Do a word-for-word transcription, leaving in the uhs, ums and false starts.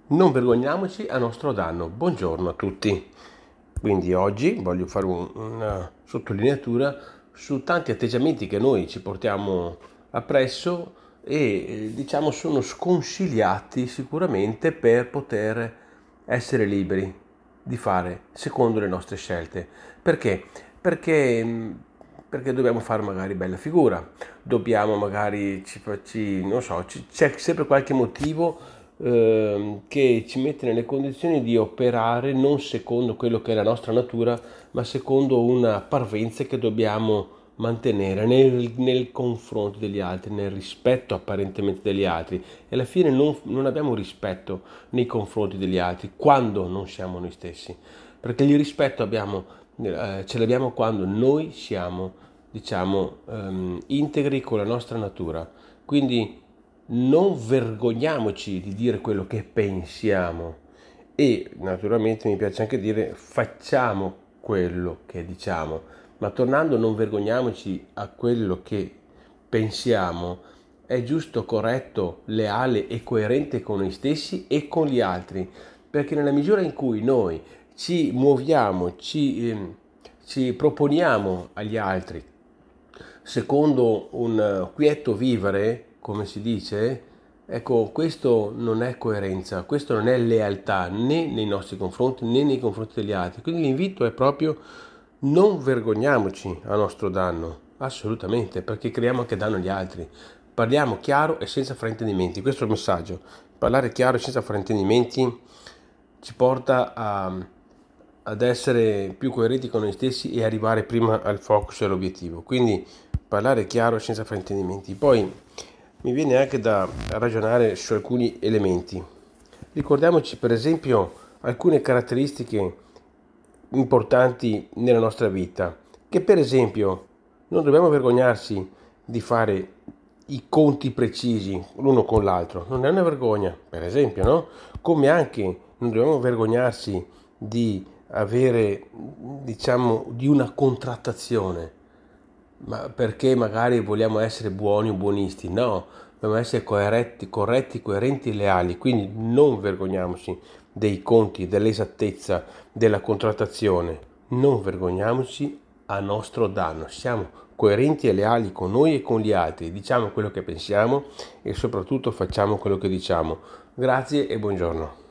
Non vergogniamoci a nostro danno. Buongiorno a tutti. Quindi oggi voglio fare un- una sottolineatura su tanti atteggiamenti che noi ci portiamo appresso e eh, diciamo sono sconsigliati sicuramente per poter essere liberi di fare secondo le nostre scelte. Perché? Perché, mh, perché dobbiamo fare magari bella figura, dobbiamo magari, ci, ci- non so, ci- c'è sempre qualche motivo ehm, che ci mette nelle condizioni di operare non secondo quello che è la nostra natura, ma secondo una parvenza che dobbiamo mantenere nel, nel confronto degli altri, nel rispetto apparentemente degli altri. E alla fine non, non abbiamo rispetto nei confronti degli altri quando non siamo noi stessi, perché il rispetto abbiamo, eh, ce l'abbiamo quando noi siamo, diciamo, ehm, integri con la nostra natura. Quindi non vergogniamoci di dire quello che pensiamo e naturalmente mi piace anche dire facciamo quello che diciamo, ma tornando non vergogniamoci a quello che pensiamo, è giusto, corretto, leale e coerente con noi stessi e con gli altri, perché nella misura in cui noi ci muoviamo, ci, ehm, ci proponiamo agli altri secondo un eh, quieto vivere, come si dice, ecco, questo non è coerenza, questo non è lealtà né nei nostri confronti né nei confronti degli altri. Quindi l'invito è proprio non vergogniamoci a nostro danno, assolutamente, perché creiamo anche danno agli altri. Parliamo chiaro e senza fraintendimenti, questo è il messaggio. Parlare chiaro e senza fraintendimenti ci porta a, ad essere più coerenti con noi stessi e arrivare prima al focus e all'obiettivo. Quindi parlare chiaro senza fraintendimenti. Poi mi viene anche da ragionare su alcuni elementi. Ricordiamoci per esempio alcune caratteristiche importanti nella nostra vita, che per esempio non dobbiamo vergognarsi di fare i conti precisi l'uno con l'altro, non è una vergogna, per esempio, no? Come anche non dobbiamo vergognarsi di avere, diciamo, di una contrattazione, ma perché magari vogliamo essere buoni o buonisti, no, dobbiamo essere coeretti, corretti, coerenti e leali, quindi non vergogniamoci dei conti, dell'esattezza della contrattazione, non vergogniamoci a nostro danno, siamo coerenti e leali con noi e con gli altri, diciamo quello che pensiamo e soprattutto facciamo quello che diciamo. Grazie e buongiorno.